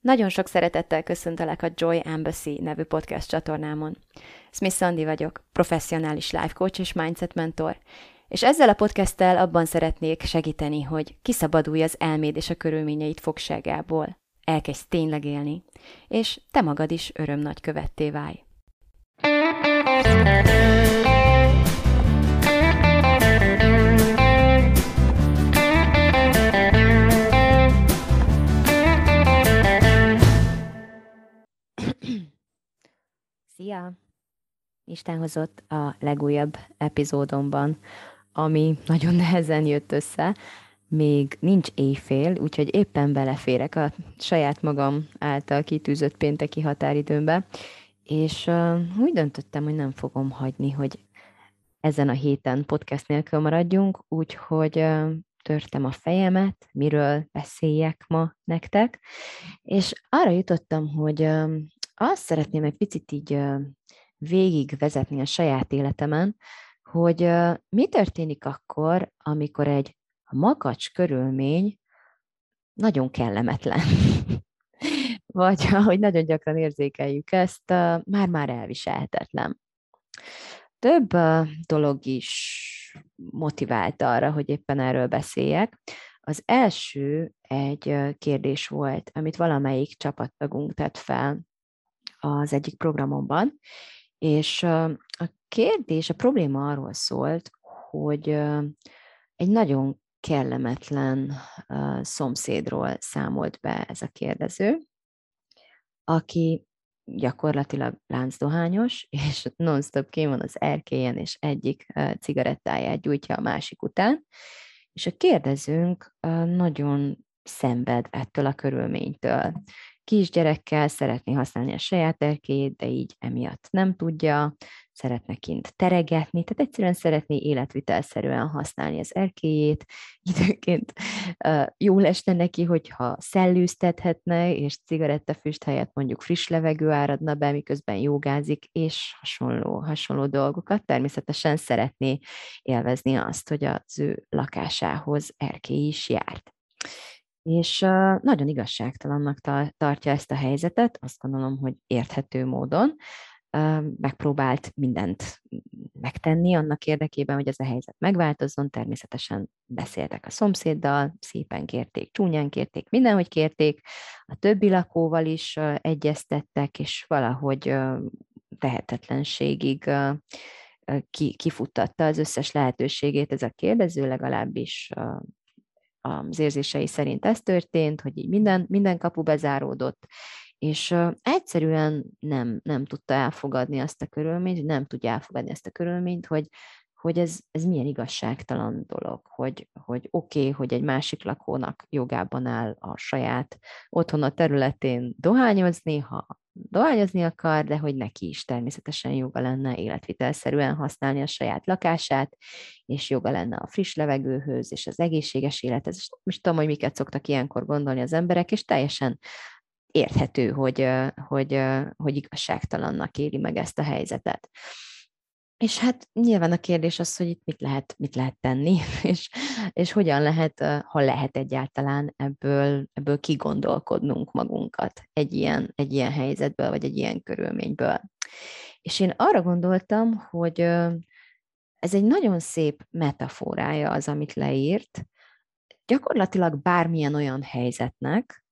Nagyon sok szeretettel köszöntelek a Joy Embassy nevű podcast csatornámon. Smith Sandy vagyok, professzionális life coach és mindset mentor, és ezzel a podcasttel abban szeretnék segíteni, hogy kiszabadulj az elméd és a körülményeid fogságából, elkezdj tényleg élni, és te magad is örömnagykövetté válj. Szia! Isten hozott a legújabb epizódomban, ami nagyon nehezen jött össze. Még nincs éjfél, úgyhogy éppen beleférek a saját magam által kitűzött pénteki határidőmbe, és úgy döntöttem, hogy nem fogom hagyni, hogy ezen a héten podcast nélkül maradjunk, úgyhogy törtem a fejemet, miről beszéljek ma nektek, és arra jutottam, hogy azt szeretném egy picit így végigvezetni a saját életemen, hogy mi történik akkor, amikor egy makacs körülmény nagyon kellemetlen. Vagy ahogy nagyon gyakran érzékeljük ezt, már-már elviselhetetlen. Több dolog is motivált arra, hogy éppen erről beszéljek. Az első egy kérdés volt, amit valamelyik csapattagunk tett fel az egyik programomban, és a probléma arról szólt, hogy egy nagyon kellemetlen szomszédról számolt be ez a kérdező, aki gyakorlatilag láncdohányos, és non-stop kén van az erkélyen, és egyik cigarettáját gyújtja a másik után, és a kérdezőnk nagyon szenved ettől a körülménytől. Kisgyerekkel szeretné használni a saját erkélyét, de így emiatt nem tudja, szeretne kint teregetni, tehát egyszerűen szeretné életvitelszerűen használni az erkélyét, időnként jól esne neki, hogyha szellőztethetne, és cigarettafüst helyett mondjuk friss levegő áradna be, miközben jogázik, és hasonló dolgokat. Természetesen szeretné élvezni azt, hogy az ő lakásához erkély is járt. És nagyon igazságtalannak tartja ezt a helyzetet, azt gondolom, hogy érthető módon megpróbált mindent megtenni annak érdekében, hogy ez a helyzet megváltozzon. Természetesen beszéltek a szomszéddal, szépen kérték, csúnyán kérték, mindenhogy kérték, a többi lakóval is egyeztettek, és valahogy tehetetlenségig kifuttatta az összes lehetőségét ez a kérdező, legalábbis az érzései szerint ez történt, hogy így minden kapu bezáródott, és egyszerűen nem tudta elfogadni azt a körülményt, nem tudja elfogadni ezt a körülményt, hogy ez milyen igazságtalan dolog, hogy oké, hogy egy másik lakónak jogában áll a saját otthona területén dohányozni, ha dohányozni akar, de hogy neki is természetesen joga lenne életvitelszerűen használni a saját lakását, és joga lenne a friss levegőhöz, és az egészséges élethez. És nem is tudom, hogy miket szoktak ilyenkor gondolni az emberek, és teljesen érthető, hogy igazságtalannak éli meg ezt a helyzetet. És hát nyilván a kérdés az, hogy itt mit lehet tenni, és hogyan lehet, ha lehet egyáltalán ebből kigondolkodnunk magunkat egy ilyen helyzetből, vagy egy ilyen körülményből. És én arra gondoltam, hogy ez egy nagyon szép metaforája az, amit leírt, gyakorlatilag bármilyen olyan helyzetnek,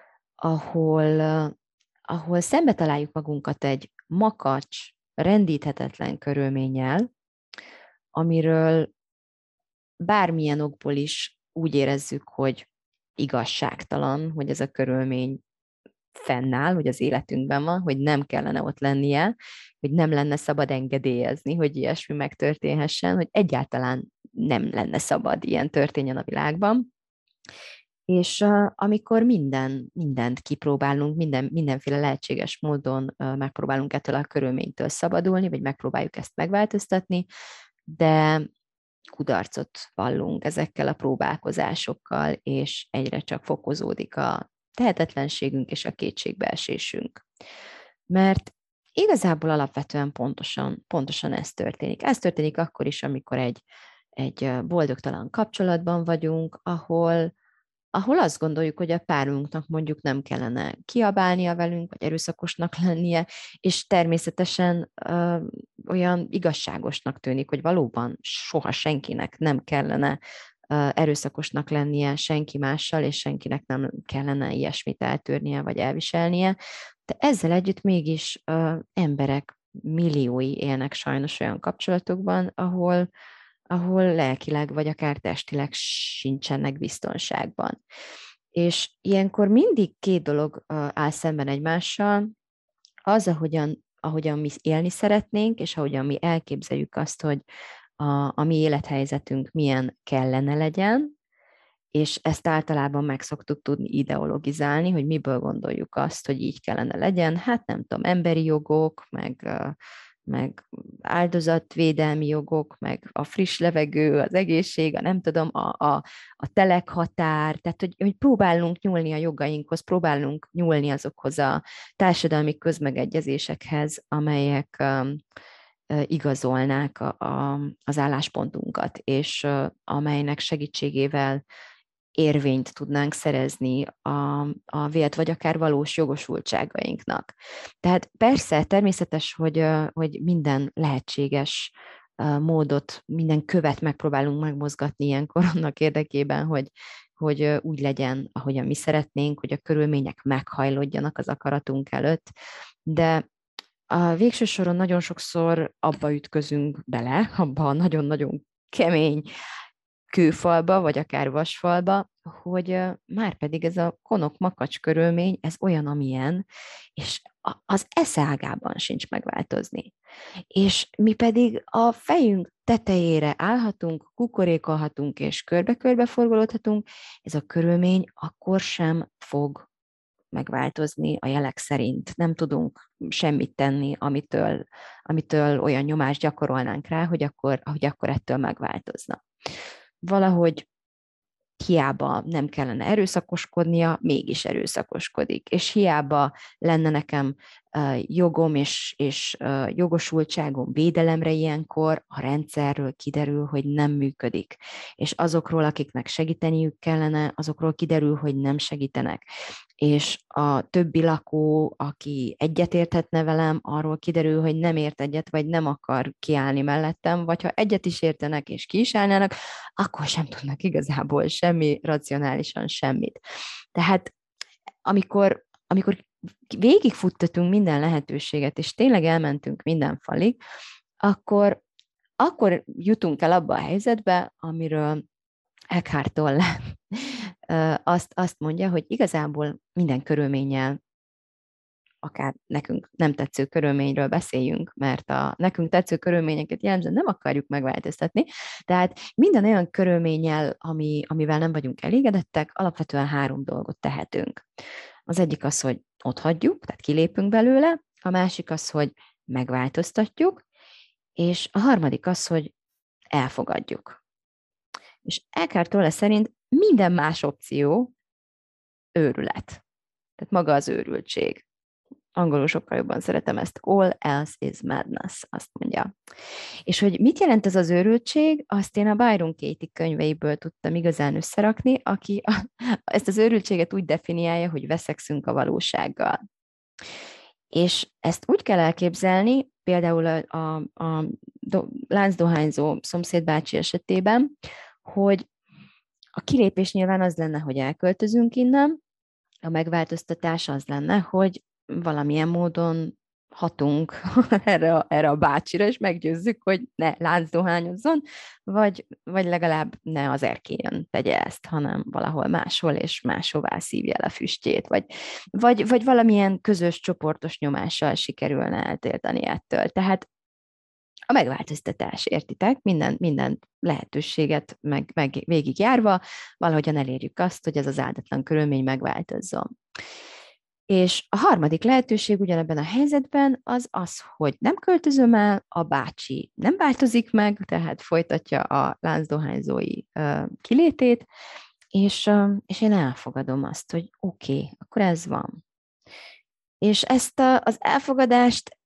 ahol szembe találjuk magunkat egy makacs, rendíthetetlen körülménnyel, amiről bármilyen okból is úgy érezzük, hogy igazságtalan, hogy ez a körülmény fennáll, hogy az életünkben van, hogy nem kellene ott lennie, hogy nem lenne szabad engedélyezni, hogy ilyesmi megtörténhessen, hogy egyáltalán nem lenne szabad ilyen történjen a világban. És amikor mindent kipróbálunk, mindenféle lehetséges módon megpróbálunk ettől a körülménytől szabadulni, vagy megpróbáljuk ezt megváltoztatni, de kudarcot vallunk ezekkel a próbálkozásokkal, és egyre csak fokozódik a tehetetlenségünk és a kétségbeesésünk. Mert igazából alapvetően pontosan ez történik. Ez történik akkor is, amikor egy boldogtalan kapcsolatban vagyunk, ahol ahol azt gondoljuk, hogy a párunknak mondjuk nem kellene kiabálnia velünk, vagy erőszakosnak lennie, és természetesen olyan igazságosnak tűnik, hogy valóban soha senkinek nem kellene erőszakosnak lennie senki mással, és senkinek nem kellene ilyesmit eltörnie, vagy elviselnie. De ezzel együtt mégis emberek milliói élnek sajnos olyan kapcsolatokban, ahol lelkileg vagy akár testileg sincsenek biztonságban. És ilyenkor mindig két dolog áll szemben egymással, az, ahogyan mi élni szeretnénk, és ahogyan mi elképzeljük azt, hogy a mi élethelyzetünk milyen kellene legyen, és ezt általában meg szoktuk tudni ideologizálni, hogy miből gondoljuk azt, hogy így kellene legyen. Hát nem tudom, emberi jogok, meg áldozatvédelmi jogok, meg a friss levegő, az egészség, a nem tudom, a telekhatár, tehát hogy próbálunk nyúlni a jogainkhoz, próbálunk nyúlni azokhoz a társadalmi közmegegyezésekhez, amelyek igazolnák az álláspontunkat, és amelynek segítségével érvényt tudnánk szerezni a vélt vagy akár valós jogosultságainknak. Tehát persze, természetes, hogy minden lehetséges módot, minden követ megpróbálunk megmozgatni ilyenkor annak érdekében, hogy úgy legyen, ahogyan mi szeretnénk, hogy a körülmények meghajlódjanak az akaratunk előtt, de a végső soron nagyon sokszor abba ütközünk bele, abba a nagyon-nagyon kemény kőfalba, vagy akár vasfalba, hogy már pedig ez a konok-makacs körülmény, ez olyan, amilyen, és az eszágában sincs megváltozni. És mi pedig a fejünk tetejére állhatunk, kukorékolhatunk, és körbe-körbe forgolódhatunk, ez a körülmény akkor sem fog megváltozni a jelek szerint. Nem tudunk semmit tenni, amitől olyan nyomást gyakorolnánk rá, hogy akkor ettől megváltozna. Valahogy hiába nem kellene erőszakoskodnia, mégis erőszakoskodik. És hiába lenne nekem jogom és jogosultságom védelemre ilyenkor, a rendszerről kiderül, hogy nem működik. És azokról, akiknek segíteniük kellene, azokról kiderül, hogy nem segítenek. És a többi lakó, aki egyetérthetne velem, arról kiderül, hogy nem ért egyet, vagy nem akar kiállni mellettem, vagy ha egyet is értenek és ki is állnának, akkor sem tudnak igazából semmi, racionálisan semmit. Tehát amikor végigfuttatunk minden lehetőséget, és tényleg elmentünk minden falig, akkor jutunk el abba a helyzetbe, amiről Eckhart Tolle azt mondja, hogy igazából minden körülménnyel, akár nekünk nem tetsző körülményről beszéljünk, mert a nekünk tetsző körülményeket jellemzően nem akarjuk megváltoztatni, tehát minden olyan körülménnyel, amivel nem vagyunk elégedettek, alapvetően 3 dolgot tehetünk. Az egyik az, hogy ott hagyjuk, tehát kilépünk belőle, a másik az, hogy megváltoztatjuk, és a harmadik az, hogy elfogadjuk. És Eckhart Tolle szerint minden más opció őrület. Tehát maga az őrültség. Angolul sokkal jobban szeretem ezt. All else is madness, azt mondja. És hogy mit jelent ez az őrültség, azt én a Byron Katie könyveiből tudtam igazán összerakni, aki ezt az őrültséget úgy definiálja, hogy veszekszünk a valósággal. És ezt úgy kell elképzelni, például a láncdohányzó szomszédbácsi esetében, hogy a kilépés nyilván az lenne, hogy elköltözünk innen, a megváltoztatás az lenne, hogy valamilyen módon hatunk erre a bácsira, és meggyőzzük, hogy ne láncdohányozzon, vagy legalább ne az erkélyen tegye ezt, hanem valahol máshol, és máshová szívja el a füstjét, vagy valamilyen közös csoportos nyomással sikerülne eltiltani ettől. Tehát a megváltoztatás, értitek? Minden lehetőséget meg végigjárva, valahogyan elérjük azt, hogy ez az áldatlan körülmény megváltozzon. És a harmadik lehetőség ugyanebben a helyzetben az, hogy nem költözöm el, a bácsi nem változik meg, tehát folytatja a láncdohányzói kilétét, és én elfogadom azt, hogy oké, akkor ez van. És ezt az elfogadást,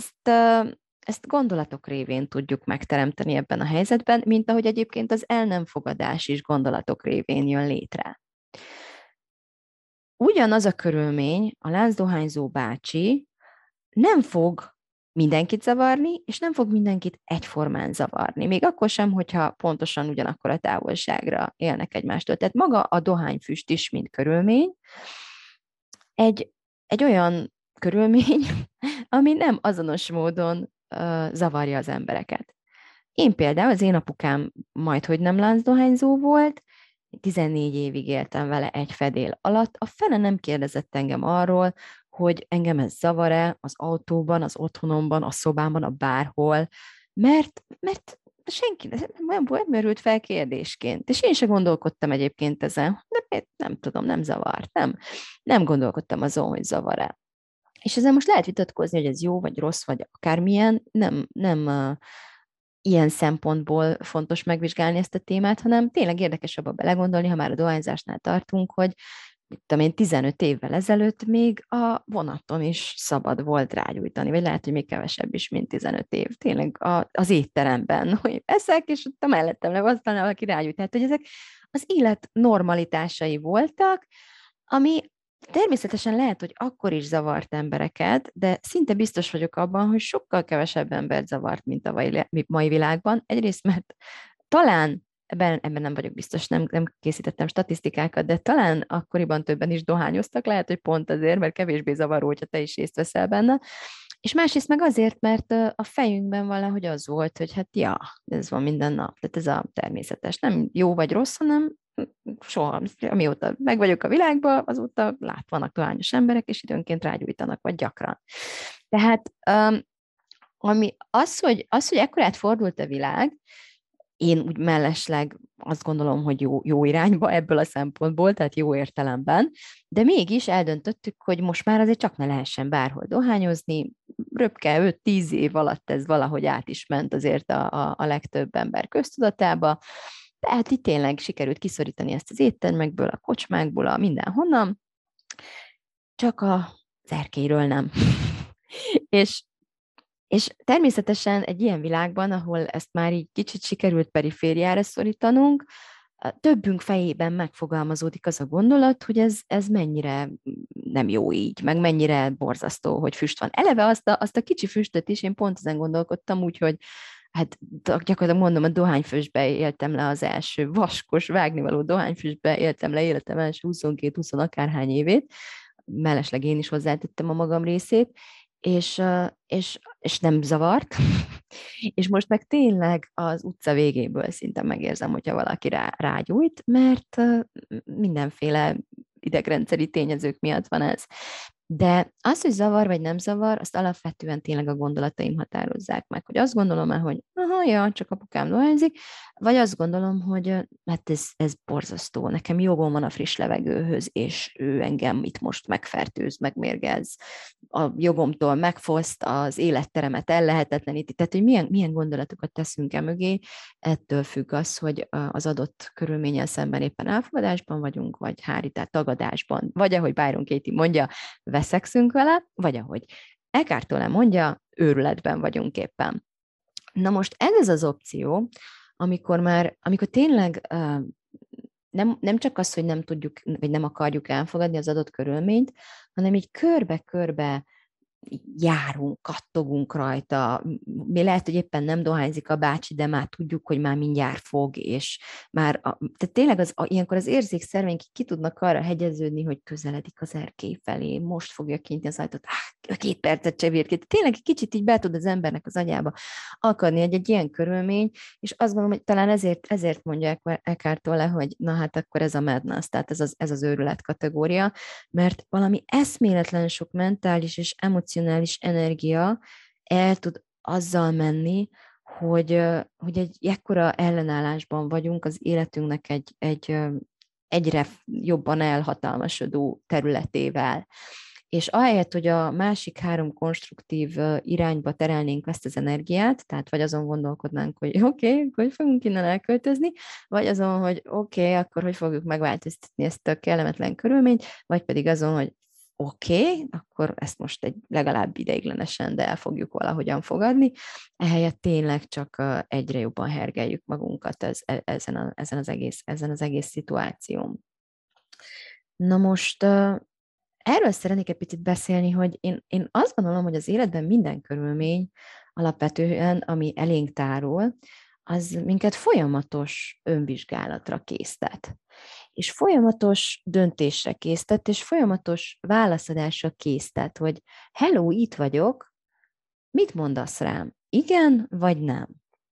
ezt gondolatok révén tudjuk megteremteni ebben a helyzetben, mint ahogy egyébként az el nem fogadás is gondolatok révén jön létre. Ugyanaz a körülmény, a láncdohányzó bácsi nem fog mindenkit zavarni, és nem fog mindenkit egyformán zavarni. Még akkor sem, hogyha pontosan ugyanakkor a távolságra élnek egymástól. Tehát maga a dohányfüst is, mint körülmény, egy, egy olyan körülmény, ami nem azonos módon zavarja az embereket. Én például, az én apukám majdhogy nem láncdohányzó volt, 14 évig éltem vele egy fedél alatt, a fene nem kérdezett engem arról, hogy engem ez zavar-e az autóban, az otthonomban, a szobámban, a bárhol, mert senki nem merült fel kérdésként. És én se gondolkodtam egyébként ezen, de nem tudom, nem zavart, nem gondolkodtam azon, hogy zavar-e. És ezzel most lehet vitatkozni, hogy ez jó, vagy rossz, vagy akármilyen, nem ilyen szempontból fontos megvizsgálni ezt a témát, hanem tényleg érdekes abba belegondolni, ha már a dohányzásnál tartunk, hogy mit tudom én, 15 évvel ezelőtt még a vonaton is szabad volt rágyújtani, vagy lehet, hogy még kevesebb is, mint 15 év. Tényleg az étteremben, hogy eszek, és ott a mellettem le, aztán valaki rágyújt. Tehát, hogy ezek az élet normalitásai voltak, ami természetesen lehet, hogy akkor is zavart embereket, de szinte biztos vagyok abban, hogy sokkal kevesebb embert zavart, mint a mai világban. Egyrészt, mert talán ebben nem vagyok biztos, nem készítettem statisztikákat, de talán akkoriban többen is dohányoztak, lehet, hogy pont azért, mert kevésbé zavaró, hogyha te is részt veszel benne. És másrészt meg azért, mert a fejünkben valahogy az volt, hogy hát ja, ez van minden nap, tehát ez a természetes, nem jó vagy rossz, hanem soha, amióta meg vagyok a világban, azóta vannak dohányos emberek, és időnként rágyújtanak, vagy gyakran. Tehát az, hogy ekkorát fordult a világ, én úgy mellesleg azt gondolom, hogy jó irányba ebből a szempontból, tehát jó értelemben, de mégis eldöntöttük, hogy most már azért csak ne lehessen bárhol dohányozni, röpke 5-10 év alatt ez valahogy át is ment azért a legtöbb ember köztudatába, tehát itt tényleg sikerült kiszorítani ezt az éttermekből, a kocsmákból, a mindenhonnan, csak az erkélyről nem. és És természetesen egy ilyen világban, ahol ezt már így kicsit sikerült perifériára szorítanunk, többünk fejében megfogalmazódik az a gondolat, hogy ez mennyire nem jó így, meg mennyire borzasztó, hogy füst van. Eleve azt a kicsi füstöt is én pont ezen gondolkodtam, úgyhogy hát gyakorlatilag mondom, a dohányfüstbe éltem le az első vaskos, vágnivaló dohányfüstbe éltem le életem első 22-20 akárhány évét, mellesleg én is hozzátettem a magam részét, és nem zavart, és most meg tényleg az utca végéből szinte megérzem, hogyha valaki rágyújt, mert mindenféle idegrendszeri tényezők miatt van ez. De az, hogy zavar vagy nem zavar, azt alapvetően tényleg a gondolataim határozzák meg, hogy azt gondolom-e, hogy aha, ja, csak apukám dohányzik, vagy azt gondolom, hogy hát ez borzasztó, nekem jogom van a friss levegőhöz, és ő engem itt most megfertőz, megmérgez, a jogomtól megfoszt, az életteremet ellehetetleníti, tehát hogy milyen gondolatokat teszünk mögé, ettől függ az, hogy az adott körülménnyel szemben éppen elfogadásban vagyunk, vagy hárítás, tagadásban, vagy ahogy Byron Katie mondja, veszekszünk vele, vagy ahogy Eckhart Tolle mondja, őrületben vagyunk éppen. Na most ez az opció, amikor tényleg nem csak az, hogy nem tudjuk, vagy nem akarjuk elfogadni az adott körülményt, hanem így körbe-körbe járunk, kattogunk rajta. Mi lehet, hogy éppen nem dohányzik a bácsi, de már tudjuk, hogy már mindjárt fog, és tehát tényleg ilyenkor az érzékszerveink ki tudnak arra hegyeződni, hogy közeledik az erkély felé, most fogja kinyitni az ajtót, 2 percet se bír ki. Tényleg egy kicsit így be tud az embernek az agyába akadni egy ilyen körülmény, és azt gondolom, hogy talán ezért mondják Eckhart Tolle, hogy na hát akkor ez a madness, tehát ez az őrület kategória, mert valami eszméletlen sok mentális és emocionális energia el tud azzal menni, hogy egy ekkora ellenállásban vagyunk az életünknek egy egyre jobban elhatalmasodó területével. És ahelyett, hogy a másik 3 konstruktív irányba terelnénk ezt az energiát, tehát vagy azon gondolkodnánk, hogy oké, hogy fogunk innen elköltözni, vagy azon, hogy oké, akkor hogy fogjuk megváltoztatni ezt a kellemetlen körülményt, vagy pedig azon, hogy oké, akkor ezt most legalább ideiglenesen, de el fogjuk valahogyan fogadni, ehelyett tényleg csak egyre jobban hergeljük magunkat ezen az egész szituáción. Na most erről szeretnék egy picit beszélni, hogy én azt gondolom, hogy az életben minden körülmény alapvetően, ami elénk tárul, az minket folyamatos önvizsgálatra késztet. És folyamatos döntésre késztet, és folyamatos válaszadásra késztet, hogy hello, itt vagyok, mit mondasz rám? Igen, vagy nem?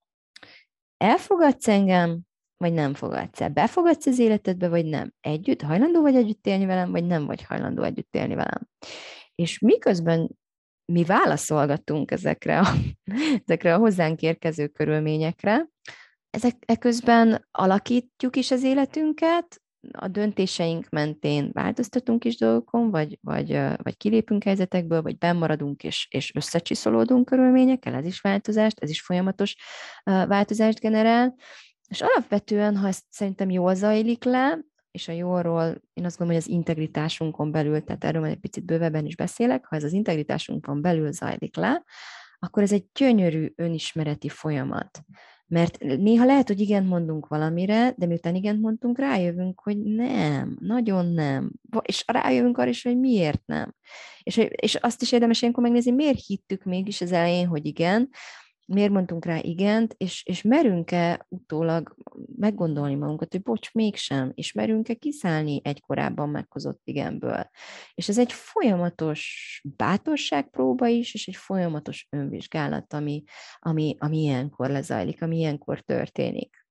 Elfogadsz engem, vagy nem fogadsz el? Befogadsz az életedbe, vagy nem? Hajlandó vagy együtt élni velem, vagy nem vagy hajlandó együtt élni velem? És miközben mi válaszolgatunk ezekre a hozzánk érkező körülményekre, eközben alakítjuk is az életünket, a döntéseink mentén változtatunk is dolgokon, vagy kilépünk helyzetekből, vagy bennmaradunk és összecsiszolódunk körülményekkel, ez is változást, ez is folyamatos változást generál. És alapvetően, ha ez szerintem jól zajlik le, és a jólról én azt gondolom, hogy az integritásunkon belül, tehát erről majd egy picit bővebben is beszélek, ha ez az integritásunkon belül zajlik le, akkor ez egy gyönyörű önismereti folyamat. Mert néha lehet, hogy igent mondunk valamire, de miután igent mondtunk, rájövünk, hogy nem, nagyon nem. És rájövünk arra is, hogy miért nem. És azt is érdemes ilyenkor megnézni, miért hittük mégis az elején, hogy igen, miért mondtunk rá igent, és merünk-e utólag meggondolni magunkat, hogy bocs, mégsem, és merünk-e kiszállni egy korábban meghozott igenből. És ez egy folyamatos bátorságpróba is, és egy folyamatos önvizsgálat, ami ilyenkor lezajlik, ami ilyenkor történik.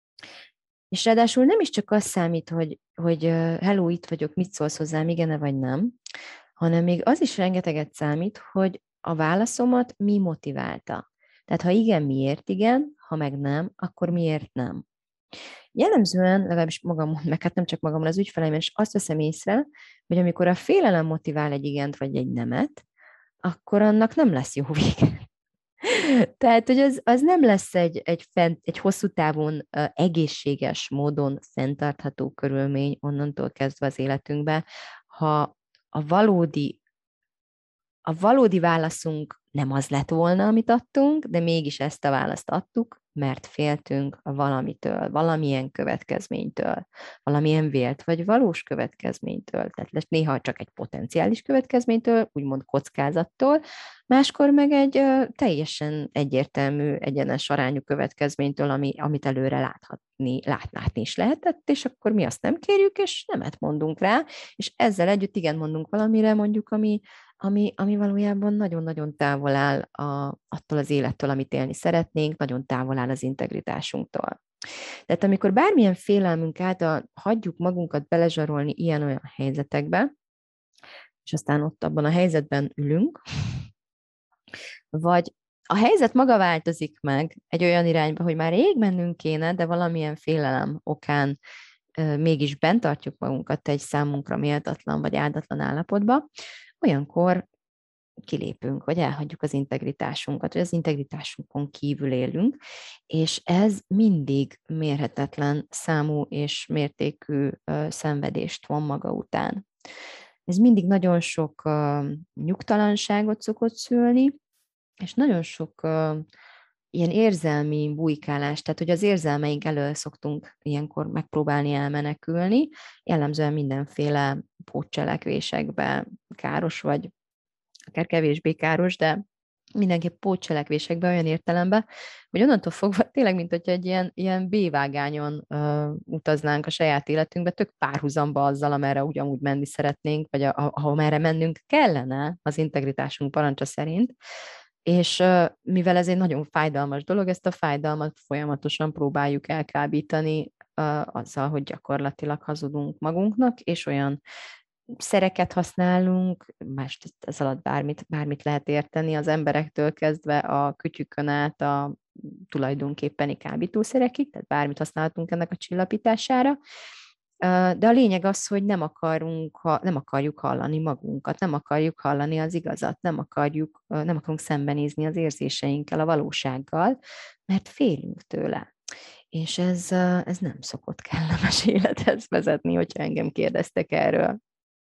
És ráadásul nem is csak az számít, hogy hello, itt vagyok, mit szólsz hozzám, igen-e vagy nem, hanem még az is rengeteget számít, hogy a válaszomat mi motiválta. Tehát ha igen, miért igen, ha meg nem, akkor miért nem. Jellemzően, legalábbis magamon, meg hát nem csak magamon, az ügyfeleimben is azt veszem észre, hogy amikor a félelem motivál egy igent vagy egy nemet, akkor annak nem lesz jó vége. Tehát, hogy az nem lesz egy hosszú távon egészséges módon fenntartható körülmény onnantól kezdve az életünkbe, ha a valódi válaszunk nem az lett volna, amit adtunk, de mégis ezt a választ adtuk, mert féltünk valamitől, valamilyen következménytől, valamilyen vélt vagy valós következménytől, tehát néha csak egy potenciális következménytől, úgymond kockázattól, máskor meg egy teljesen egyértelmű, egyenes arányú következménytől, amit előre látni is lehetett, és akkor mi azt nem kérjük, és nemet mondunk rá, és ezzel együtt igen mondunk valamire, mondjuk, ami valójában nagyon-nagyon távol áll attól az élettől, amit élni szeretnénk, nagyon távol áll az integritásunktól. Tehát amikor bármilyen félelmünk által hagyjuk magunkat belezsarolni ilyen-olyan helyzetekbe, és aztán ott abban a helyzetben ülünk, vagy a helyzet maga változik meg egy olyan irányba, hogy már rég mennünk kéne, de valamilyen félelem okán mégis bent tartjuk magunkat egy számunkra méltatlan vagy áldatlan állapotba, olyankor kilépünk, vagy elhagyjuk az integritásunkat, vagy az integritásunkon kívül élünk, és ez mindig mérhetetlen számú és mértékű szenvedést von maga után. Ez mindig nagyon sok nyugtalanságot szokott szülni, és nagyon sok ilyen érzelmi bujkálás, tehát hogy az érzelmeink elől szoktunk ilyenkor megpróbálni elmenekülni, jellemzően mindenféle pótcselekvésekbe, káros vagy akár kevésbé káros, de mindenképp pótcselekvésekbe olyan értelemben, hogy onnantól fogva tényleg, mint hogyha egy ilyen B-vágányon utaznánk a saját életünkbe, tök párhuzamba azzal, amerre ugyanúgy menni szeretnénk, vagy amerre mennünk kellene az integritásunk parancsa szerint, és mivel ez egy nagyon fájdalmas dolog, ezt a fájdalmat folyamatosan próbáljuk elkábítani azzal, hogy gyakorlatilag hazudunk magunknak, és olyan szereket használunk, más ez alatt bármit lehet érteni, az emberektől kezdve a kütyükön át a tulajdonképpeni kábítószerekig, tehát bármit használhatunk ennek a csillapítására, de a lényeg az, hogy nem akarjuk hallani magunkat, nem akarjuk hallani az igazat, nem akarunk szembenézni az érzéseinkkel, a valósággal, mert félünk tőle. És ez nem szokott kellemes élethez vezetni, hogyha engem kérdeztek erről.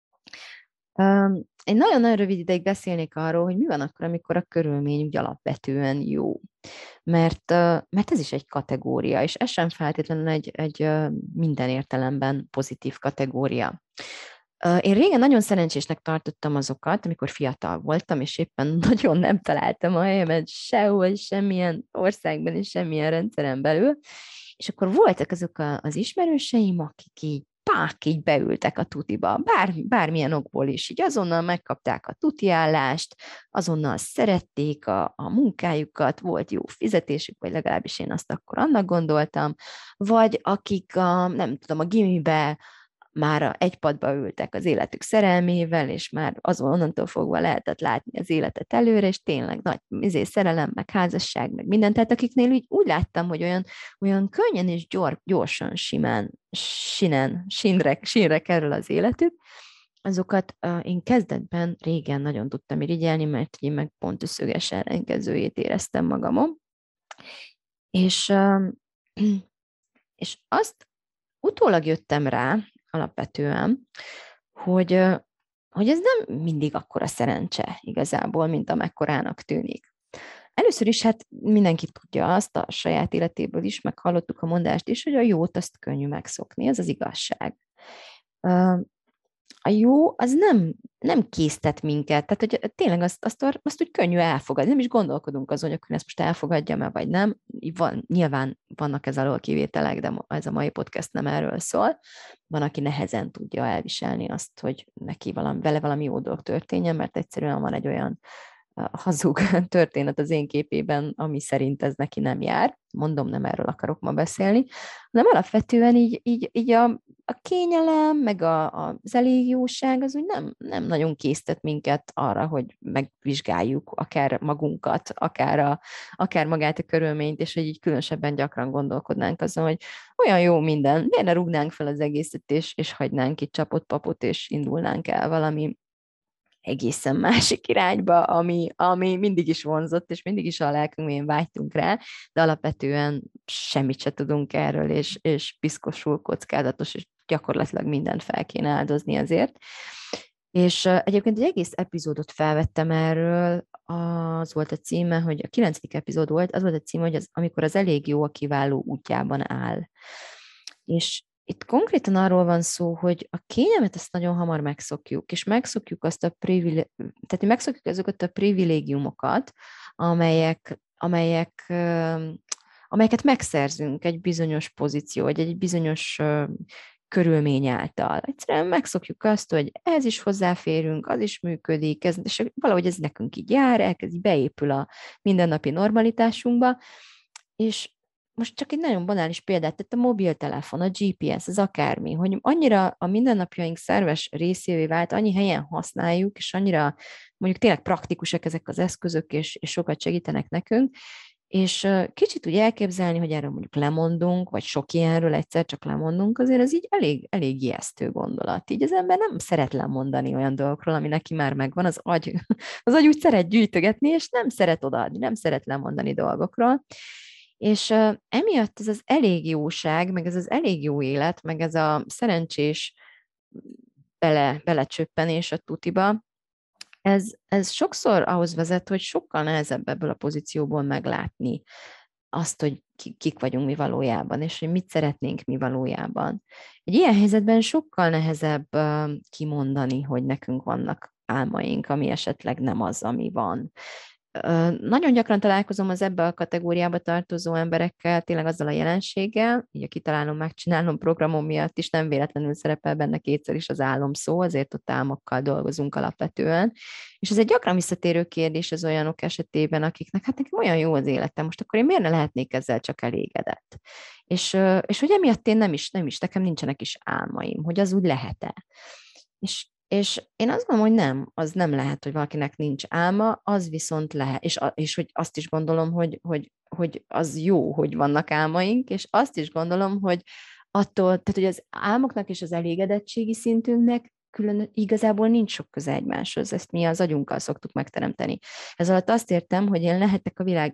Én nagyon-nagyon rövid ideig beszélnék arról, hogy mi van akkor, amikor a körülmény úgy alapvetően jó. Mert ez is egy kategória, és ez sem feltétlenül egy minden értelemben pozitív kategória. Én régen nagyon szerencsésnek tartottam azokat, amikor fiatal voltam, és éppen nagyon nem találtam a helyemet sehol, semmilyen országban és semmilyen rendszeren belül, és akkor voltak azok az ismerőseim, akik így beültek a tutiba, bármilyen okból is, így azonnal megkapták a tuti állást, azonnal szerették a munkájukat, volt jó fizetésük, vagy legalábbis én azt akkor annak gondoltam, vagy akik nem tudom, a gimibe már egy padba ültek az életük szerelmével, és már onnantól fogva lehetett látni az életet előre, és tényleg nagy szerelem, meg házasság, meg minden. Tehát akiknél úgy láttam, hogy olyan könnyen és gyorsan, sínre kerül az életük, azokat én kezdetben régen nagyon tudtam irigyelni, mert én meg pont szöges ellenkezőjét éreztem magamon. És, és azt utólag jöttem rá, alapvetően, hogy ez nem mindig akkora szerencse igazából, mint amekkorának tűnik. Először is hát mindenki tudja azt a saját életéből is, meg hallottuk a mondást is, hogy a jót azt könnyű megszokni, ez az igazság. A jó az nem késztet minket, tehát hogy tényleg azt úgy könnyű elfogadni, nem is gondolkodunk azon, hogy ezt most elfogadjam-e, vagy nem. Nyilván vannak ez alól kivételek, de ez a mai podcast nem erről szól. Van, aki nehezen tudja elviselni azt, hogy vele valami jó dolog történjen, mert egyszerűen van egy olyan hazug történet az én képében, ami szerint ez neki nem jár. Mondom, nem erről akarok ma beszélni, hanem alapvetően így a kényelem, meg az elégjóság az úgy nem nagyon késztet minket arra, hogy megvizsgáljuk akár magunkat, akár magát a körülményt, és hogy így különösebben gyakran gondolkodnánk azon, hogy olyan jó minden, miért ne rúgnánk fel az egészet, és hagynánk itt csapott papot, és indulnánk el valami egészen másik irányba, ami mindig is vonzott, és mindig is a lelkünkben vágytunk rá, de alapvetően semmit se tudunk erről, és piszkosul, kockázatos, és gyakorlatilag mindent fel kéne áldozni azért. És egyébként egy egész epizódot felvettem erről, az volt a címe, hogy a 9. epizód volt, az volt a címe, hogy amikor az elég jó a kiváló útjában áll. És itt konkrétan arról van szó, hogy a kényelmet azt nagyon hamar megszokjuk, és megszokjuk tehát megszokjuk azokat a privilégiumokat, amelyeket megszerzünk egy bizonyos pozíció, vagy egy bizonyos körülmény által. Egyszerűen megszokjuk azt, hogy ez is hozzáférünk, az is működik, és valahogy ez nekünk így jár, beépül a mindennapi normalitásunkba, és most csak egy nagyon banális példát, tehát a mobiltelefon, a GPS, az akármi, hogy annyira a mindennapjaink szerves részévé vált, annyi helyen használjuk, és annyira mondjuk tényleg praktikusak ezek az eszközök, és sokat segítenek nekünk, és kicsit úgy elképzelni, hogy erről mondjuk lemondunk, vagy sok ilyenről egyszer csak lemondunk, azért az így elég ijesztő gondolat. Így az ember nem szeret lemondani olyan dolgokról, ami neki már megvan, az agy úgy szeret gyűjtögetni, és nem szeret odaadni, nem szeret lemondani dolgokról. És emiatt ez az elégjóság, meg ez az elég jó élet, meg ez a szerencsés belecsöppenés a tutiba, ez sokszor ahhoz vezet, hogy sokkal nehezebb ebből a pozícióból meglátni azt, hogy kik vagyunk mi valójában, és hogy mit szeretnénk mi valójában. Egy ilyen helyzetben sokkal nehezebb kimondani, hogy nekünk vannak álmaink, ami esetleg nem az, ami van. Nagyon gyakran találkozom az ebbe a kategóriába tartozó emberekkel, tényleg azzal a jelenséggel, így a Kitalálom, Megcsinálom programom miatt is nem véletlenül szerepel benne kétszer is az álom szó, azért ott álmokkal dolgozunk alapvetően. És ez egy gyakran visszatérő kérdés az olyanok esetében, akiknek hát nekem olyan jó az életem, most akkor én miért ne lehetnék ezzel csak elégedett? És hogy emiatt én nem is, nekem nincsenek is álmaim, hogy az úgy lehet-e. És én azt gondolom, hogy nem, az nem lehet, hogy valakinek nincs álma, az viszont lehet, és hogy azt is gondolom, hogy az jó, hogy vannak álmaink, és azt is gondolom, hogy tehát hogy az álmoknak és az elégedettségi szintünknek külön igazából nincs sok köze egymáshoz, ezt mi az agyunkkal szoktuk megteremteni. Ez alatt azt értem, hogy én lehetek a világ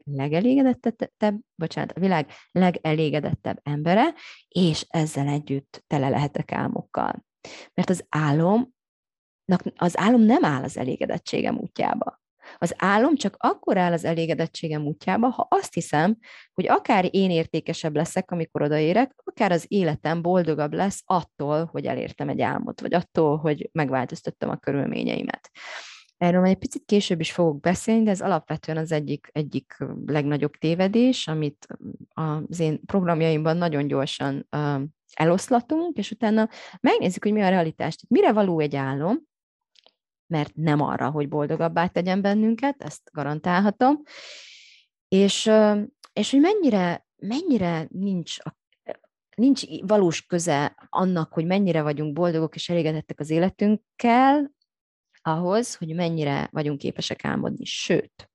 a világ legelégedettebb embere, és ezzel együtt tele lehetek álmokkal. Mert az álom nem áll az elégedettségem útjába. Az álom csak akkor áll az elégedettségem útjába, ha azt hiszem, hogy akár én értékesebb leszek, amikor odaérek, akár az életem boldogabb lesz attól, hogy elértem egy álmot, vagy attól, hogy megváltoztattam a körülményeimet. Erről majd egy picit később is fogok beszélni, de ez alapvetően az egyik legnagyobb tévedés, amit az én programjaimban nagyon gyorsan eloszlatunk, és utána megnézzük, hogy mi a realitás. Mire való egy álom, mert nem arra, hogy boldogabbá tegyen bennünket, ezt garantálhatom, és hogy mennyire nincs valós köze annak, hogy mennyire vagyunk boldogok és elégedettek az életünkkel, ahhoz, hogy mennyire vagyunk képesek álmodni. Sőt,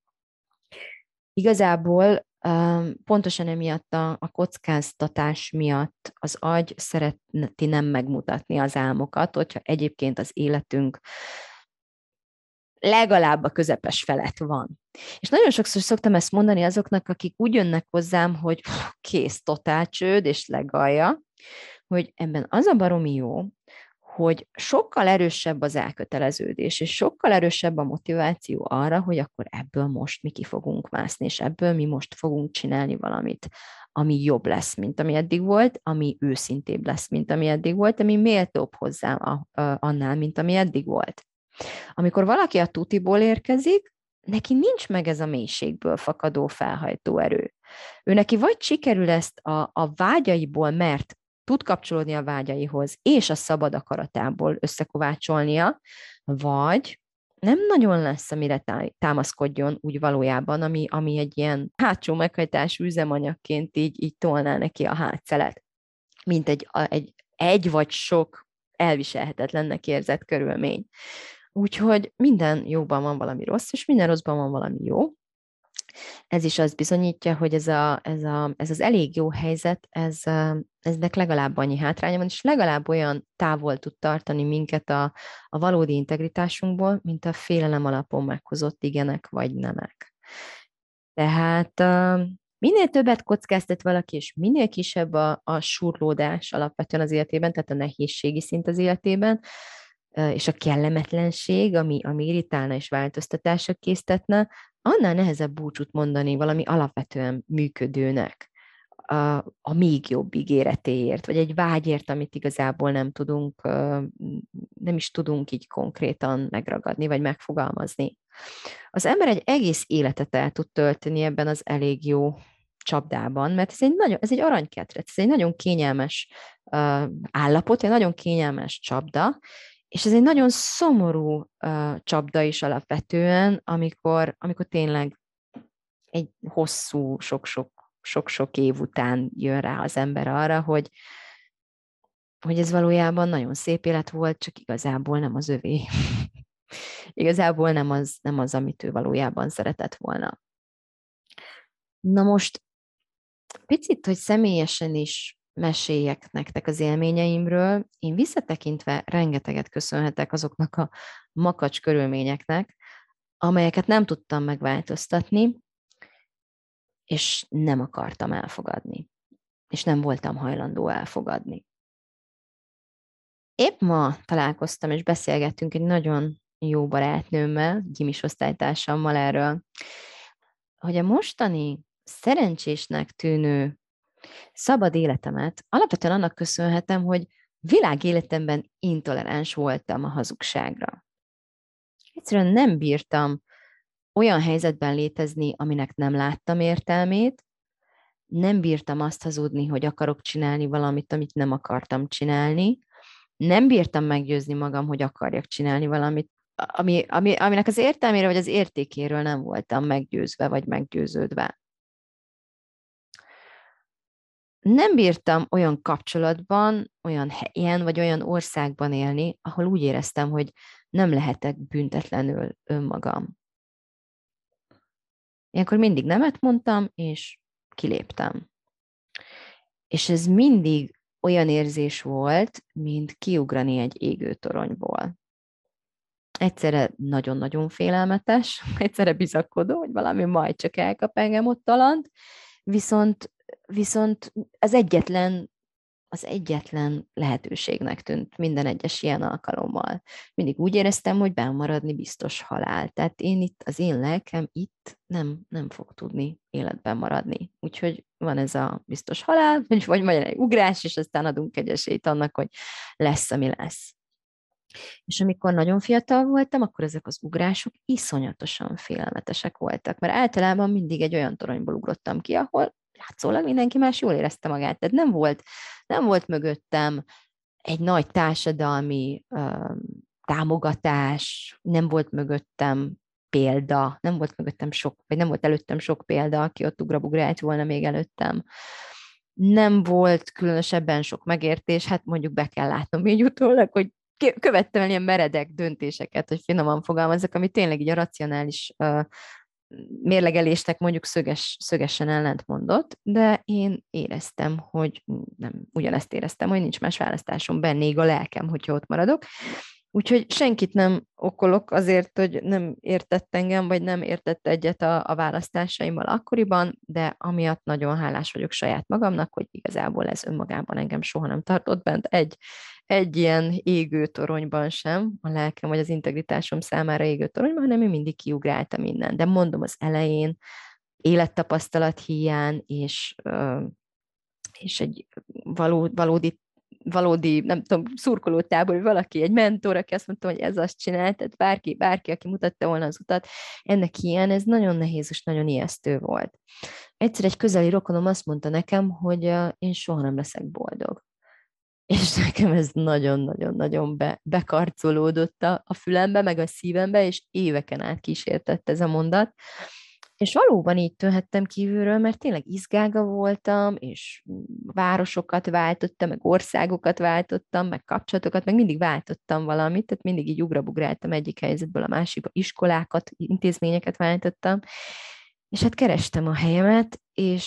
igazából pontosan emiatt a kockáztatás miatt az agy szereti nem megmutatni az álmokat, hogyha egyébként az életünk legalább a közepes felett van. És nagyon sokszor szoktam ezt mondani azoknak, akik úgy jönnek hozzám, hogy kész, totál csőd, és legalja, hogy ebben az a baromi jó, hogy sokkal erősebb az elköteleződés, és sokkal erősebb a motiváció arra, hogy akkor ebből most mi ki fogunk mászni, és ebből mi most fogunk csinálni valamit, ami jobb lesz, mint ami eddig volt, ami őszintébb lesz, mint ami eddig volt, ami méltóbb hozzám annál, mint ami eddig volt. Amikor valaki a tutiból érkezik, neki nincs meg ez a mélységből fakadó felhajtó erő. Ő neki vagy sikerül ezt a vágyaiból, mert tud kapcsolódni a vágyaihoz, és a szabad akaratából összekovácsolnia, vagy nem nagyon lesz, amire támaszkodjon úgy valójában, ami egy ilyen hátsó meghajtású üzemanyagként így tolná neki a hátszelet, mint egy vagy sok elviselhetetlennek érzett körülmény. Úgyhogy minden jóban van valami rossz, és minden rosszban van valami jó. Ez is azt bizonyítja, hogy ez az elég jó helyzet, eznek legalább annyi hátránya van, és legalább olyan távol tud tartani minket a valódi integritásunkból, mint a félelem alapon meghozott igenek vagy nemek. Tehát minél többet kockáztat valaki, és minél kisebb a surlódás alapvetően az életében, tehát a nehézségi szint az életében, és a kellemetlenség, ami irritálna és változtatásra késztetne, annál nehezebb búcsút mondani valami alapvetően működőnek a még jobb ígéretéért, vagy egy vágyért, amit igazából nem is tudunk így konkrétan megragadni, vagy megfogalmazni. Az ember egy egész életet el tud tölteni ebben az elég jó csapdában, mert ez egy aranyketrec, ez egy nagyon kényelmes állapot, egy nagyon kényelmes csapda, és ez egy nagyon szomorú csapda is alapvetően, amikor tényleg egy hosszú, sok-sok év után jön rá az ember arra, hogy ez valójában nagyon szép élet volt, csak igazából nem az övé. Igazából nem az, amit ő valójában szeretett volna. Na most picit, hogy személyesen is meséljek nektek az élményeimről, én visszatekintve rengeteget köszönhetek azoknak a makacs körülményeknek, amelyeket nem tudtam megváltoztatni, és nem akartam elfogadni, és nem voltam hajlandó elfogadni. Épp ma találkoztam, és beszélgettünk egy nagyon jó barátnőmmel, gimis osztálytársammal erről, hogy a mostani szerencsésnek tűnő szabad életemet alapvetően annak köszönhetem, hogy világéletemben intoleráns voltam a hazugságra. Egyszerűen nem bírtam olyan helyzetben létezni, aminek nem láttam értelmét, nem bírtam azt hazudni, hogy akarok csinálni valamit, amit nem akartam csinálni, nem bírtam meggyőzni magam, hogy akarjak csinálni valamit, aminek az értelmére vagy az értékéről nem voltam meggyőzve vagy meggyőződve. Nem bírtam olyan kapcsolatban, olyan helyen vagy olyan országban élni, ahol úgy éreztem, hogy nem lehetek büntetlenül önmagam. Ilyenkor mindig nemet mondtam, és kiléptem. És ez mindig olyan érzés volt, mint kiugrani egy égőtoronyból. Egyszerre nagyon-nagyon félelmetes, egyszerre bizakodó, hogy valami majd csak elkap engem ott talant, viszont az egyetlen az egyetlen lehetőségnek tűnt minden egyes ilyen alkalommal. Mindig úgy éreztem, hogy bennmaradni biztos halál. Tehát az én lelkem itt nem fog tudni életben maradni. Úgyhogy van ez a biztos halál, vagy majd egy ugrás, és aztán adunk egy esélyt annak, hogy lesz, ami lesz. És amikor nagyon fiatal voltam, akkor ezek az ugrások iszonyatosan félelmetesek voltak, mert általában mindig egy olyan toronyból ugrottam ki, ahol látszólag mindenki más jól érezte magát. Tehát nem volt mögöttem egy nagy társadalmi támogatás, nem volt mögöttem példa, nem volt mögöttem sok, vagy nem volt előttem sok példa, aki ott ugrabugrált volna még előttem. Nem volt különösebben sok megértés, hát mondjuk be kell látnom így utólag, hogy követtem el ilyen meredek döntéseket, hogy finoman fogalmazok, ami tényleg így a racionális mérlegelésnek mondjuk szögesen ellentmondott, de én éreztem, hogy nem, ugyanezt éreztem, hogy nincs más választásom, bennék a lelkem, hogyha ott maradok. Úgyhogy senkit nem okolok azért, hogy nem értett engem, vagy nem értett egyet a választásaimmal akkoriban, de amiatt nagyon hálás vagyok saját magamnak, hogy igazából ez önmagában engem soha nem tartott bent egy ilyen égő toronyban sem, a lelkem vagy az integritásom számára égő toronyban, hanem én mindig kiugráltam innen. De mondom, az elején élettapasztalat hiány és egy valódi, nem tudom, szurkolótábor, vagy valaki, egy mentor, aki azt mondta, hogy ez azt csinál, tehát bárki, aki mutatta volna az utat, ennek hiány, ez nagyon nehéz és nagyon ijesztő volt. Egyszer egy közeli rokonom azt mondta nekem, hogy én soha nem leszek boldog. És nekem ez nagyon-nagyon-nagyon bekarcolódott a fülembe, meg a szívembe, és éveken át kísértett ez a mondat. És valóban így tűnhettem kívülről, mert tényleg izgága voltam, és városokat váltottam, meg országokat váltottam, meg kapcsolatokat, meg mindig váltottam valamit, tehát mindig így ugrabugráltam egyik helyzetből a másikba, iskolákat, intézményeket váltottam, és hát kerestem a helyemet,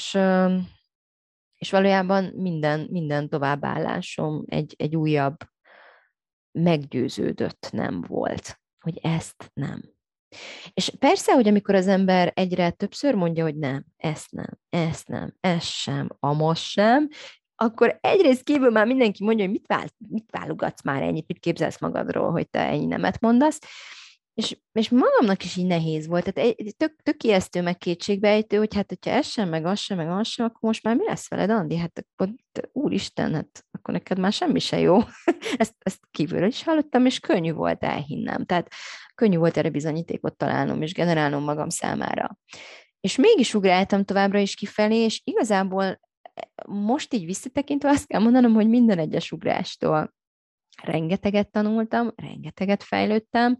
és valójában minden továbbállásom egy újabb meggyőződött nem volt, hogy ezt nem. És persze, hogy amikor az ember egyre többször mondja, hogy nem, ezt nem, ez sem, amaz sem, akkor egyrészt kívül már mindenki mondja, hogy mit válogatsz már ennyit, mit képzelsz magadról, hogy te ennyi nemet mondasz, és magamnak is így nehéz volt, tehát tök ijesztő, meg kétségbeejtő, hogy hát, hogyha ez sem, meg az sem, meg az sem, akkor most már mi lesz veled, Andi? Hát akkor, úristen, hát akkor neked már semmi se jó. ezt kívülről is hallottam, és könnyű volt elhinnem. Tehát könnyű volt erre bizonyítékot találnom, és generálnom magam számára. És mégis ugráltam továbbra is kifelé, és igazából most így visszatekintve azt kell mondanom, hogy minden egyes ugrástól rengeteget tanultam, rengeteget fejlődtem,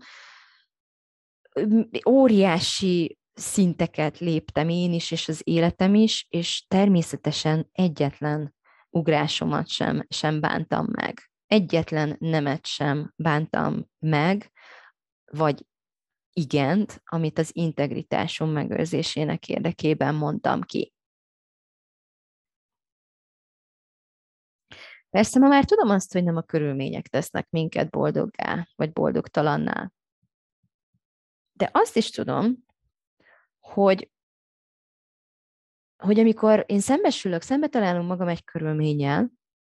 óriási szinteket léptem én is, és az életem is, és természetesen egyetlen ugrásomat sem bántam meg. Egyetlen nemet sem bántam meg, vagy igent, amit az integritásom megőrzésének érdekében mondtam ki. Persze ma már tudom azt, hogy nem a körülmények tesznek minket boldoggá, vagy boldogtalanná. De azt is tudom, hogy amikor én szembe találom magam egy körülménnyel,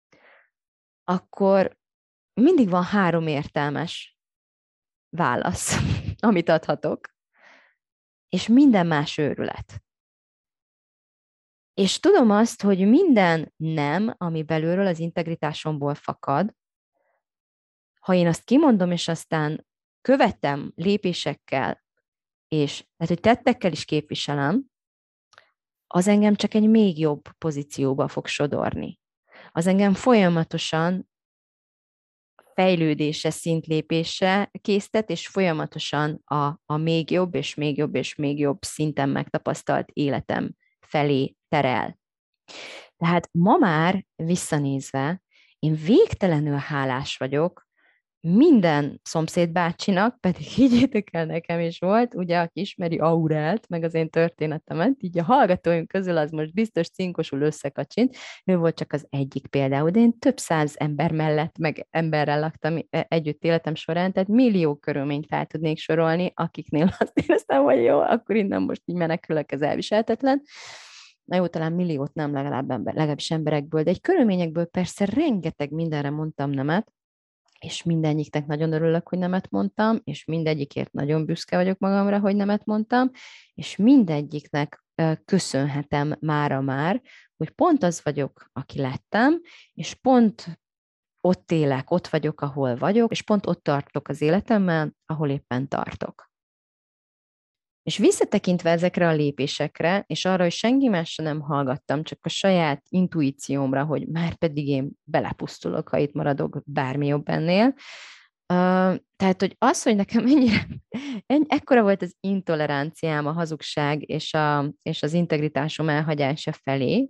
akkor mindig van 3 értelmes válasz, amit adhatok, és minden más őrület. És tudom azt, hogy minden nem, ami belülről az integritásomból fakad, ha én azt kimondom, és aztán követem lépésekkel, és tehát, hogy tettekkel is képviselem, az engem csak egy még jobb pozícióba fog sodorni. Az engem folyamatosan fejlődése, szintlépése késztet, és folyamatosan a még jobb, és még jobb, és még jobb szinten megtapasztalt életem felé terel. Tehát ma már visszanézve, én végtelenül hálás vagyok minden szomszédbácsinak, pedig higgyétek el, nekem is volt, ugye, aki ismeri Aurelt, meg az én történetemet, így a hallgatóim közül az most biztos cinkosul összekacsint, ő volt csak az egyik például, de én több 100 ember mellett, meg emberrel laktam együtt életem során, tehát millió körülményt fel tudnék sorolni, akiknél azt éreztem, hogy jó, akkor innen most így menekülök, ez elviselhetetlen. na jó, talán milliót nem legalábbis emberekből, de egy körülményekből persze rengeteg mindenre mondtam nemet, és mindegyiknek nagyon örülök, hogy nemet mondtam, és mindegyikért nagyon büszke vagyok magamra, hogy nemet mondtam, és mindegyiknek köszönhetem mára már, hogy pont az vagyok, aki lettem, és pont ott élek, ott vagyok, ahol vagyok, és pont ott tartok az életemmel, ahol éppen tartok. És visszatekintve ezekre a lépésekre, és arra, hogy senki másra nem hallgattam, csak a saját intuíciómra, hogy már pedig én belepusztulok, ha itt maradok, bármi jobb ennél. Tehát, hogy az, hogy nekem ekkora volt az intoleranciám a hazugság és az integritásom elhagyása felé,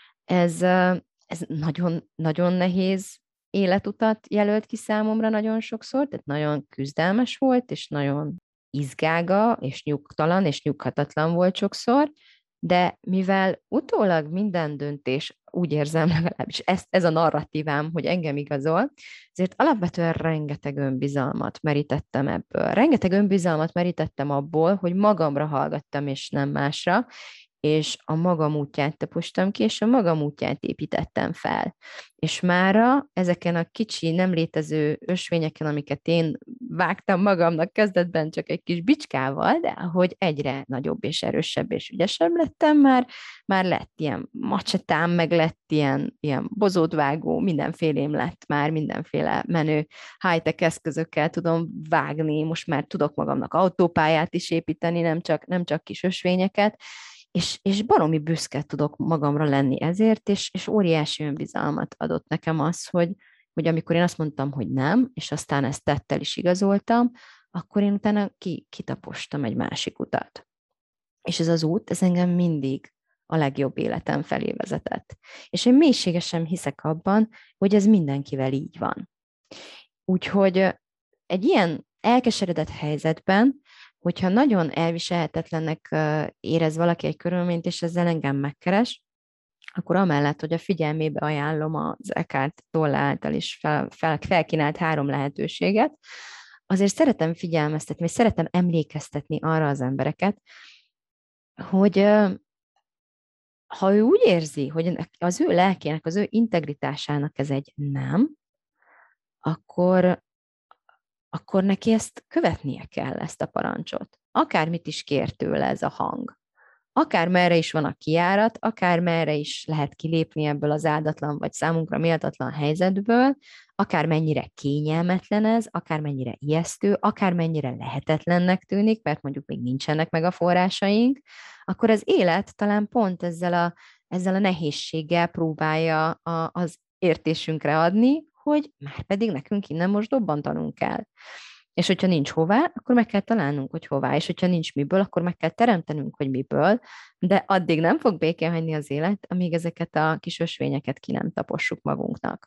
ez nagyon, nagyon nehéz életutat jelölt ki számomra nagyon sokszor, tehát nagyon küzdelmes volt, és nagyon izgága, és nyugtalan, és nyughatatlan volt sokszor, de mivel utólag minden döntés, úgy érzem legalábbis, ez a narratívám, hogy engem igazol, ezért alapvetően rengeteg önbizalmat merítettem ebből. Rengeteg önbizalmat merítettem abból, hogy magamra hallgattam, és nem másra, és a magam útját tapostam ki, és a magam útját építettem fel. És mára ezeken a kicsi, nem létező ösvényeken, amiket én vágtam magamnak kezdetben csak egy kis bicskával, de ahogy egyre nagyobb és erősebb és ügyesebb lettem, már lett ilyen macsetám, meg lett ilyen bozótvágó, mindenfélém lett már, mindenféle menő high-tech eszközökkel tudom vágni, most már tudok magamnak autópályát is építeni, nem csak kis ösvényeket, és baromi büszke tudok magamra lenni ezért, és óriási önbizalmat adott nekem az, hogy amikor én azt mondtam, hogy nem, és aztán ezt tettel is igazoltam, akkor én utána kitapostam egy másik utat. És ez az út, ez engem mindig a legjobb életem felé vezetett. És én mélységesen hiszek abban, hogy ez mindenkivel így van. Úgyhogy egy ilyen elkeseredett helyzetben, hogyha nagyon elviselhetetlennek érez valaki egy körülményt, és ezzel engem megkeres, akkor amellett, hogy a figyelmébe ajánlom az Eckhart Tolle által is felkínált 3 lehetőséget, azért szeretem figyelmeztetni, vagy szeretem emlékeztetni arra az embereket, hogy ha ő úgy érzi, hogy az ő lelkének, az ő integritásának ez egy nem, akkor neki ezt követnie kell, ezt a parancsot. Akármit is kér tőle ez a hang. Akár merre is van a kijárat, akár merre is lehet kilépni ebből az áldatlan vagy számunkra méltatlan helyzetből, akár mennyire kényelmetlen ez, akár mennyire ijesztő, akár mennyire lehetetlennek tűnik, mert mondjuk még nincsenek meg a forrásaink, akkor az élet talán pont ezzel a nehézséggel próbálja az értésünkre adni, hogy már pedig nekünk innen most dobbantanunk kell. És hogyha nincs hová, akkor meg kell találnunk, hogy hová, és hogyha nincs miből, akkor meg kell teremtenünk, hogy miből, de addig nem fog békén hagyni az élet, amíg ezeket a kis ösvényeket ki nem tapossuk magunknak.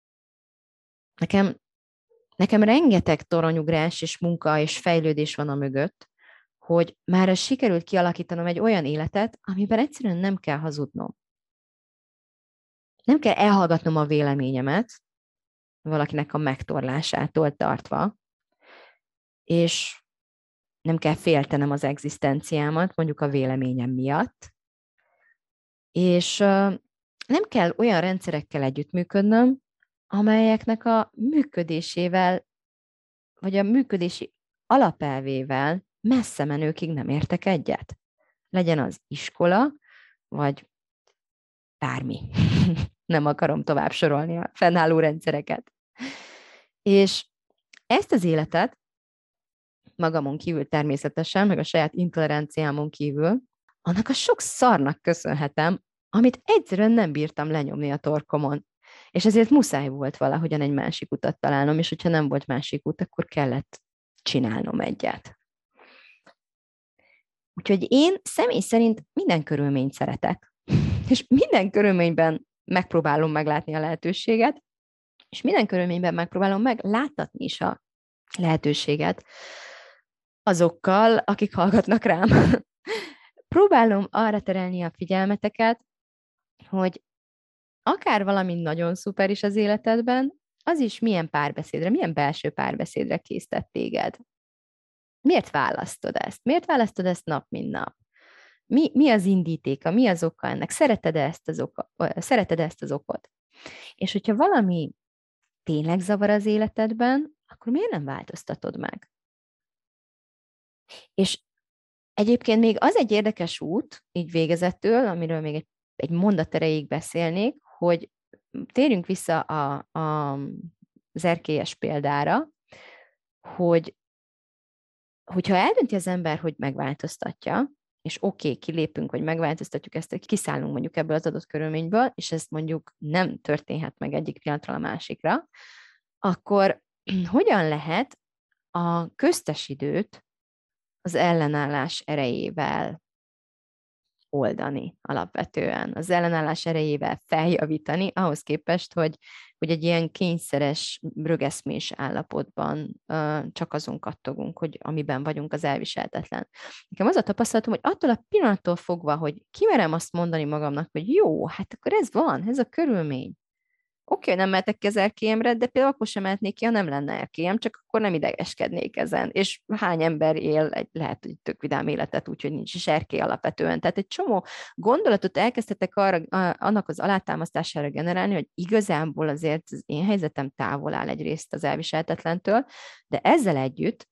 Nekem rengeteg toronyugrás és munka és fejlődés van a mögött, hogy már sikerült kialakítanom egy olyan életet, amiben egyszerűen nem kell hazudnom. Nem kell elhallgatnom a véleményemet, valakinek a megtorlásától tartva, és nem kell féltenem az egzisztenciámat, mondjuk a véleményem miatt, és nem kell olyan rendszerekkel együttműködnöm, amelyeknek a működésével, vagy a működési alapelvével messze menőkig nem értek egyet. Legyen az iskola, vagy bármi. Nem akarom tovább sorolni a fennálló rendszereket. És ezt az életet magamon kívül természetesen, meg a saját intoleranciámon kívül, annak a sok szarnak köszönhetem, amit egyszerűen nem bírtam lenyomni a torkomon. És ezért muszáj volt valahogyan egy másik utat találnom, és hogyha nem volt másik út, akkor kellett csinálnom egyet. Úgyhogy én személy szerint minden körülményt szeretek, és minden körülményben megpróbálom meglátni a lehetőséget, és minden körülményben megpróbálom megláttatni is a lehetőséget azokkal, akik hallgatnak rám. Próbálom arra terelni a figyelmeteket, hogy akár valami nagyon szuper is az életedben, az is milyen párbeszédre, milyen belső párbeszédre késztet téged. Miért választod ezt? Miért választod ezt nap, mint nap? Mi az indítéka, mi az oka ennek? Szereted ezt az okot? És hogyha valami tényleg zavar az életedben, akkor miért nem változtatod meg? És egyébként még az egy érdekes út, így végezetül, amiről még egy mondat erejéig beszélnék, hogy térjünk vissza az erkélyes példára, hogyha eldönti az ember, hogy megváltoztatja, és kilépünk, hogy megváltoztatjuk ezt, hogy kiszállunk mondjuk ebből az adott körülményből, és ez mondjuk nem történhet meg egyik pillanatról a másikra, akkor hogyan lehet a köztes időt az ellenállás erejével oldani alapvetően, az ellenállás erejével feljavítani, ahhoz képest, hogy egy ilyen kényszeres, rögeszmés állapotban csak azon kattogunk, hogy amiben vagyunk, az elviselhetetlen. Nekem az a tapasztalatom, hogy attól a pillanattól fogva, hogy kimerem azt mondani magamnak, hogy jó, hát akkor ez van, ez a körülmény. Oké, nem mehetek ki az erkélyemre, de például akkor sem mehetnék ki, ha nem lenne erkélyem, csak akkor nem idegeskednék ezen. És hány ember él lehet, hogy tök vidám életet, úgyhogy nincs is erkély alapvetően. Tehát egy csomó gondolatot elkezdtetek annak az alátámasztására generálni, hogy igazából azért az én helyzetem távol áll egyrészt az elviselhetetlentől, de ezzel együtt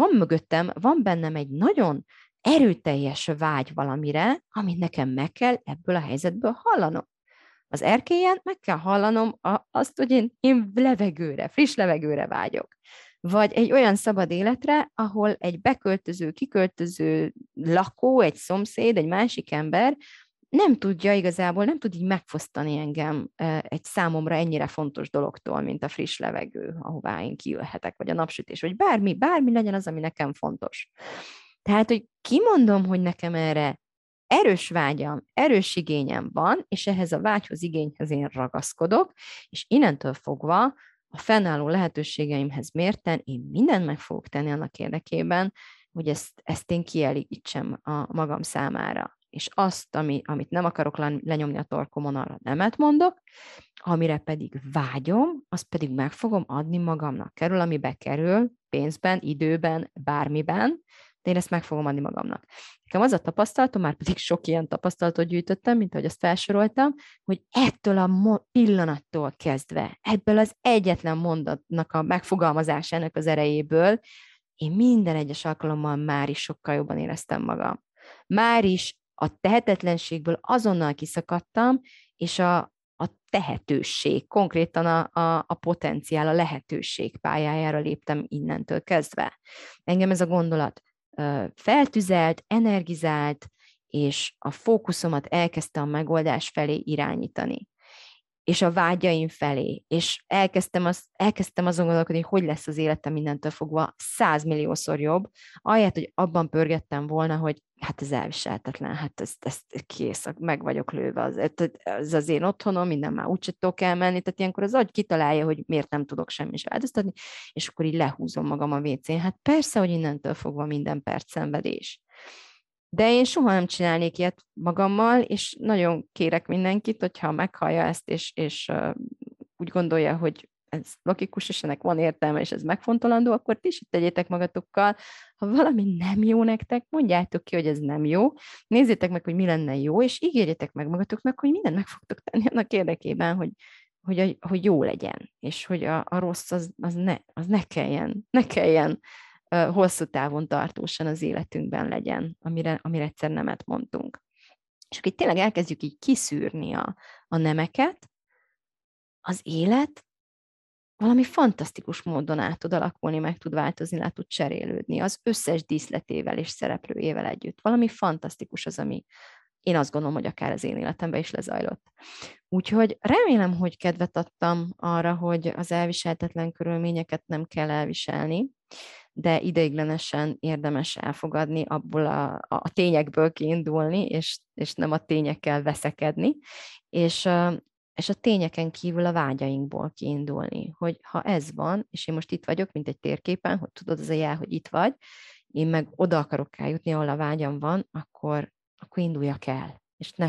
van bennem egy nagyon erőteljes vágy valamire, amit nekem meg kell ebből a helyzetből hallanom. Az erkélyen meg kell hallanom azt, hogy én friss levegőre vágyok. Vagy egy olyan szabad életre, ahol egy beköltöző, kiköltöző lakó, egy szomszéd, egy másik ember nem tudja igazából, nem tud így megfosztani engem egy számomra ennyire fontos dologtól, mint a friss levegő, ahová én kiülhetek, vagy a napsütés, vagy bármi legyen az, ami nekem fontos. Tehát, hogy kimondom, hogy nekem erre erős vágyam, erős igényem van, és ehhez a vágyhoz, igényhez én ragaszkodok, és innentől fogva a fennálló lehetőségeimhez mérten én mindent meg fogok tenni annak érdekében, hogy ezt én kielégítsem a magam számára. És azt, amit nem akarok lenyomni a torkomon, arra nemet mondok, amire pedig vágyom, azt pedig meg fogom adni magamnak. Kerül, amibe kerül, pénzben, időben, bármiben, de én ezt meg fogom adni magamnak. Nekem az a tapasztalatom, már pedig sok ilyen tapasztalatot gyűjtöttem, mint ahogy azt felsoroltam, hogy ettől a pillanattól kezdve, ebből az egyetlen mondatnak a megfogalmazásának az erejéből, én minden egyes alkalommal már is sokkal jobban éreztem magam. Már is a tehetetlenségből azonnal kiszakadtam, és a tehetőség, konkrétan a potenciál, a lehetőség pályájára léptem innentől kezdve. Engem ez a gondolat feltüzelt, energizált, és a fókuszomat elkezdte a megoldás felé irányítani. És a vágyaim felé, és elkezdtem azon gondolkodni, hogy lesz az életem innentől fogva 100 milliószor jobb, ahelyett, hogy abban pörgettem volna, hogy hát ez elviselhetetlen, hát ez kész, meg vagyok lőve, ez az én otthonom, minden már úgyse tudok elmenni, tehát ilyenkor az agy kitalálja, hogy miért nem tudok semmi sem változtatni, és akkor így lehúzom magam a WC-n. Hát persze, hogy innentől fogva minden perc szenvedés. De én soha nem csinálnék ilyet magammal, és nagyon kérek mindenkit, hogyha meghallja ezt, és úgy gondolja, hogy ez logikus, és ennek van értelme, és ez megfontolandó, akkor ti is itt tegyétek magatokkal. Ha valami nem jó nektek, mondjátok ki, hogy ez nem jó, nézzétek meg, hogy mi lenne jó, és ígérjetek meg magatoknak, hogy mindent meg fogtok tenni annak érdekében, hogy jó legyen, és hogy a rossz az ne kelljen hosszú távon tartósan az életünkben legyen, amire egyszer nemet mondtunk. És akkor itt tényleg elkezdjük így kiszűrni a nemeket, az élet valami fantasztikus módon át tud alakulni, meg tud változni, le tud cserélődni az összes díszletével és szereplőjével együtt. Valami fantasztikus az, ami én azt gondolom, hogy akár az én életemben is lezajlott. Úgyhogy remélem, hogy kedvet adtam arra, hogy az elviselhetetlen körülményeket nem kell elviselni, de ideiglenesen érdemes elfogadni, abból a tényekből kiindulni, és nem a tényekkel veszekedni, és a tényeken kívül a vágyainkból kiindulni, hogy ha ez van, és én most itt vagyok, mint egy térképen, hogy tudod, az a jel, hogy itt vagy, én meg oda akarok eljutni, ahol a vágyam van, akkor induljak el, és ne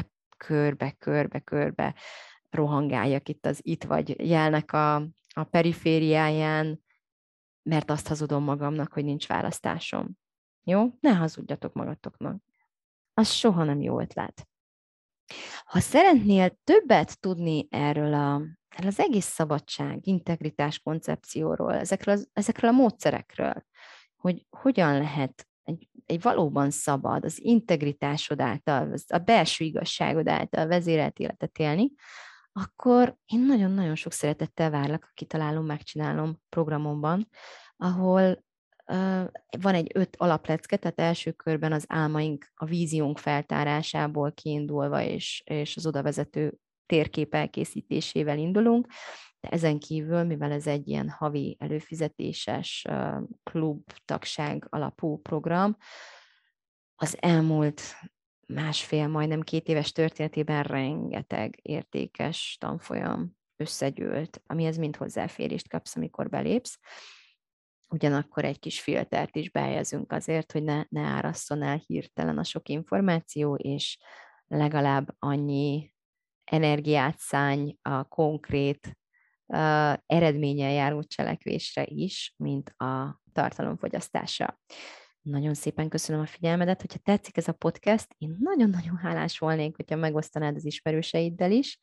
körbe rohangáljak itt vagy jelnek a perifériáján, mert azt hazudom magamnak, hogy nincs választásom. Jó? Ne hazudjatok magatoknak. az soha nem jó ötlet. Ha szeretnél többet tudni erről az egész szabadság, integritás koncepcióról, ezekről a módszerekről, hogy hogyan lehet egy valóban szabad, az integritásod által, a belső igazságod által vezérelt életet élni, akkor én nagyon-nagyon sok szeretettel várlak a Kitalálom, Megcsinálom programomban, ahol van egy 5 alaplecke, tehát első körben az álmaink, a víziónk feltárásából kiindulva, és az oda vezető térkép elkészítésével indulunk. De ezen kívül, mivel ez egy ilyen havi előfizetéses klub tagság alapú program, az elmúlt majdnem 2 éves történetében rengeteg értékes tanfolyam összegyűlt, amihez mind hozzáférést kapsz, amikor belépsz. Ugyanakkor egy kis filtert is behelyezünk azért, hogy ne árasszon el hirtelen a sok információ, és legalább annyi energiát szánj a konkrét eredménnyel járó cselekvésre is, mint a tartalomfogyasztásra. Nagyon szépen köszönöm a figyelmedet, hogyha tetszik ez a podcast, én nagyon-nagyon hálás volnék, hogyha megosztanád az ismerőseiddel is,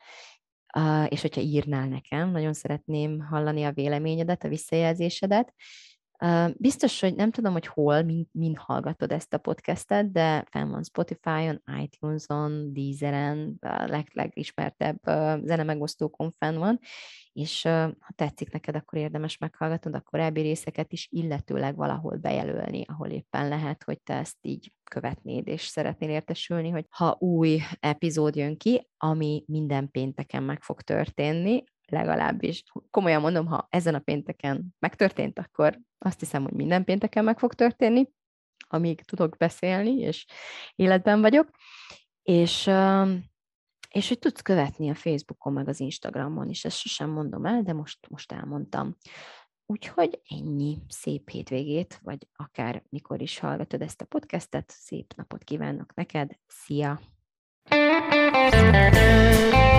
és hogyha írnál nekem, nagyon szeretném hallani a véleményedet, a visszajelzésedet. Biztos, hogy nem tudom, hogy hol, min hallgatod ezt a podcastet, de fenn van Spotify-on, iTunes-on, Deezeren, a legismertebb zenemegosztókon fenn van, és ha tetszik neked, akkor érdemes meghallgatnod a korábbi részeket is, illetőleg valahol bejelölni, ahol éppen lehet, hogy te ezt így követnéd, és szeretnél értesülni, hogy ha új epizód jön ki, ami minden pénteken meg fog történni, legalábbis komolyan mondom, ha ezen a pénteken megtörtént, akkor azt hiszem, hogy minden pénteken meg fog történni, amíg tudok beszélni, és életben vagyok, és hogy tudsz követni a Facebookon, meg az Instagramon is, ezt sosem mondom el, de most elmondtam. Úgyhogy ennyi, szép hétvégét, vagy akár mikor is hallgatod ezt a podcastet, szép napot kívánok neked, szia!